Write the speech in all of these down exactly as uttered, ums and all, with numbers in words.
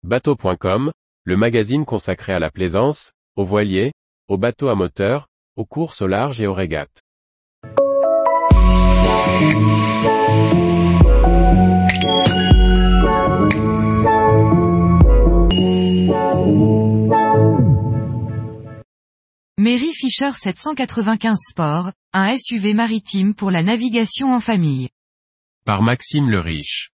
bateau point com, le magazine consacré à la plaisance, aux voiliers, aux bateaux à moteur, aux courses au large et aux régates. Mary Fisher sept cent quatre-vingt-quinze Sport, un S U V maritime pour la navigation en famille. Par Maxime le Riche.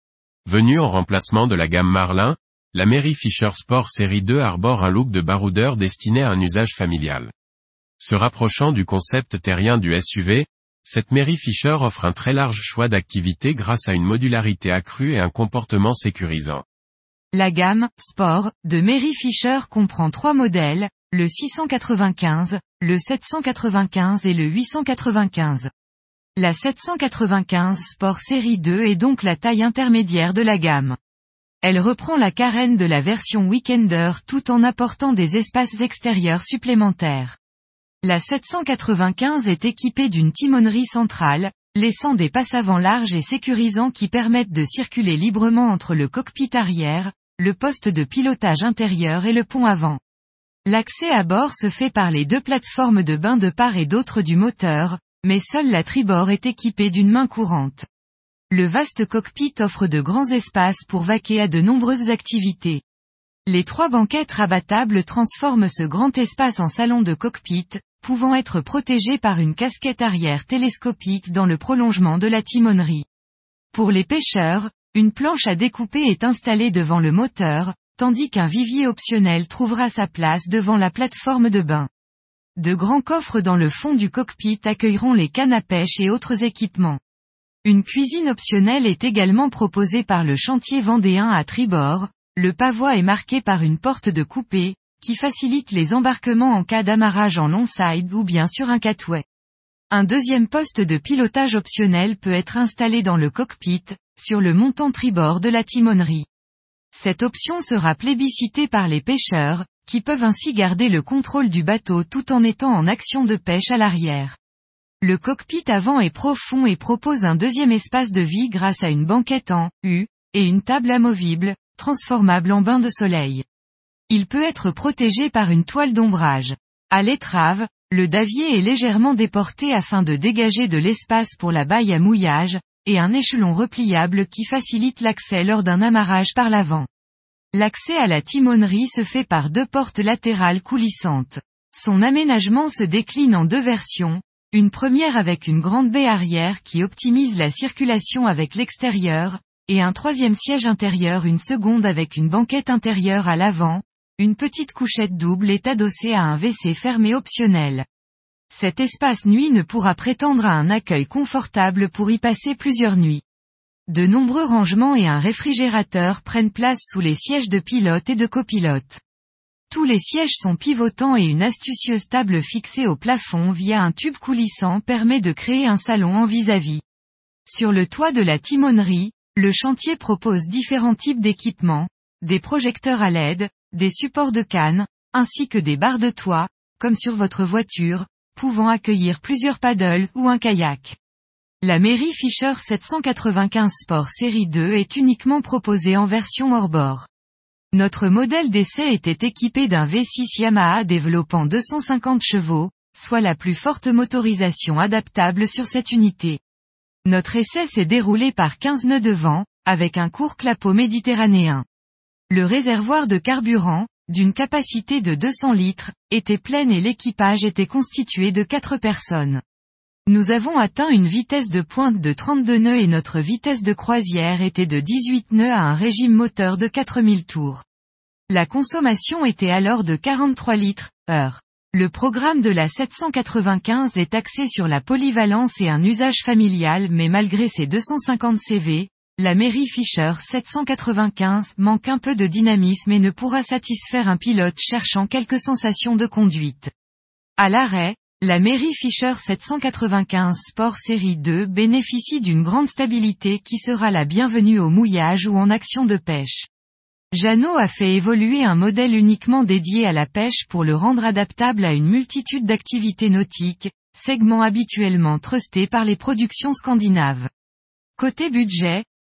Venue en remplacement de la gamme Marlin, la Mary Fisher Sport série deux arbore un look de baroudeur destiné à un usage familial. Se rapprochant du concept terrien du S U V, cette Mary Fisher offre un très large choix d'activités grâce à une modularité accrue et un comportement sécurisant. La gamme Sport de Mary Fisher comprend trois modèles, le six cent quatre-vingt-quinze, le sept cent quatre-vingt-quinze et le huit cent quatre-vingt-quinze. La sept cent quatre-vingt-quinze Sport série deux est donc la taille intermédiaire de la gamme. Elle reprend la carène de la version Weekender tout en apportant des espaces extérieurs supplémentaires. La sept cent quatre-vingt-quinze est équipée d'une timonerie centrale, laissant des passe-avant larges et sécurisants qui permettent de circuler librement entre le cockpit arrière, le poste de pilotage intérieur et le pont avant. L'accès à bord se fait par les deux plateformes de bain de part et d'autre du moteur, mais seule la tribord est équipée d'une main courante. Le vaste cockpit offre de grands espaces pour vaquer à de nombreuses activités. Les trois banquettes rabattables transforment ce grand espace en salon de cockpit, pouvant être protégé par une casquette arrière télescopique dans le prolongement de la timonerie. Pour les pêcheurs, une planche à découper est installée devant le moteur, tandis qu'un vivier optionnel trouvera sa place devant la plateforme de bain. De grands coffres dans le fond du cockpit accueilleront les cannes à pêche et autres équipements. Une cuisine optionnelle est également proposée par le chantier vendéen à tribord. Le pavois est marqué par une porte de coupée, qui facilite les embarquements en cas d'amarrage en longside ou bien sur un catway. Un deuxième poste de pilotage optionnel peut être installé dans le cockpit, sur le montant tribord de la timonerie. Cette option sera plébiscitée par les pêcheurs, qui peuvent ainsi garder le contrôle du bateau tout en étant en action de pêche à l'arrière. Le cockpit avant est profond et propose un deuxième espace de vie grâce à une banquette en U, et une table amovible, transformable en bain de soleil. Il peut être protégé par une toile d'ombrage. À l'étrave, le davier est légèrement déporté afin de dégager de l'espace pour la baille à mouillage, et un échelon repliable qui facilite l'accès lors d'un amarrage par l'avant. L'accès à la timonerie se fait par deux portes latérales coulissantes. Son aménagement se décline en deux versions, une première avec une grande baie arrière qui optimise la circulation avec l'extérieur, et un troisième siège intérieur, une seconde avec une banquette intérieure à l'avant. Une petite couchette double est adossée à un W C fermé optionnel. Cet espace nuit ne pourra prétendre à un accueil confortable pour y passer plusieurs nuits. De nombreux rangements et un réfrigérateur prennent place sous les sièges de pilote et de copilote. Tous les sièges sont pivotants et une astucieuse table fixée au plafond via un tube coulissant permet de créer un salon en vis-à-vis. Sur le toit de la timonerie, le chantier propose différents types d'équipements, des projecteurs à L E D, des supports de canne, ainsi que des barres de toit, comme sur votre voiture, pouvant accueillir plusieurs paddles ou un kayak. La Mary Fisher sept cent quatre-vingt-quinze Sport série deux est uniquement proposée en version hors-bord. Notre modèle d'essai était équipé d'un V six Yamaha développant deux cent cinquante chevaux, soit la plus forte motorisation adaptable sur cette unité. Notre essai s'est déroulé par quinze nœuds de vent, avec un court clapot méditerranéen. Le réservoir de carburant, d'une capacité de deux cents litres, était plein et l'équipage était constitué de quatre personnes. Nous avons atteint une vitesse de pointe de trente-deux nœuds et notre vitesse de croisière était de dix-huit nœuds à un régime moteur de quatre mille tours. La consommation était alors de quarante-trois litres, heure. Le programme de la sept cent quatre-vingt-quinze est axé sur la polyvalence et un usage familial mais malgré ses deux cent cinquante centimètres, la Mary Fisher sept cent quatre-vingt-quinze manque un peu de dynamisme et ne pourra satisfaire un pilote cherchant quelques sensations de conduite. À l'arrêt, la Mary Fisher sept cent quatre-vingt-quinze Sport série deux bénéficie d'une grande stabilité qui sera la bienvenue au mouillage ou en action de pêche. Jeannot a fait évoluer un modèle uniquement dédié à la pêche pour le rendre adaptable à une multitude d'activités nautiques, segment habituellement trusté par les productions scandinaves. Côté budget,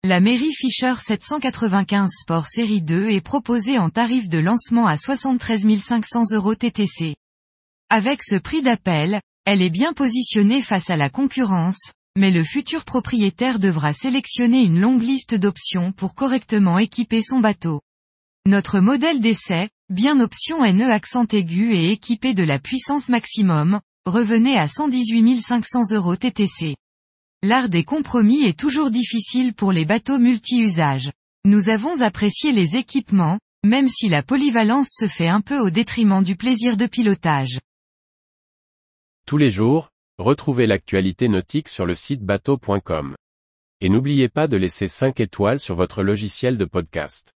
La Mary Fisher sept cent quatre-vingt-quinze Sport série deux est proposée en tarif de lancement à soixante-treize mille cinq cents euros T T C. Avec ce prix d'appel, elle est bien positionnée face à la concurrence, mais le futur propriétaire devra sélectionner une longue liste d'options pour correctement équiper son bateau. Notre modèle d'essai, bien option N E accent aigu et équipé de la puissance maximum, revenait à cent dix-huit mille cinq cents euros T T C. L'art des compromis est toujours difficile pour les bateaux multi-usages. Nous avons apprécié les équipements, même si la polyvalence se fait un peu au détriment du plaisir de pilotage. Tous les jours, retrouvez l'actualité nautique sur le site bateau point com. Et n'oubliez pas de laisser cinq étoiles sur votre logiciel de podcast.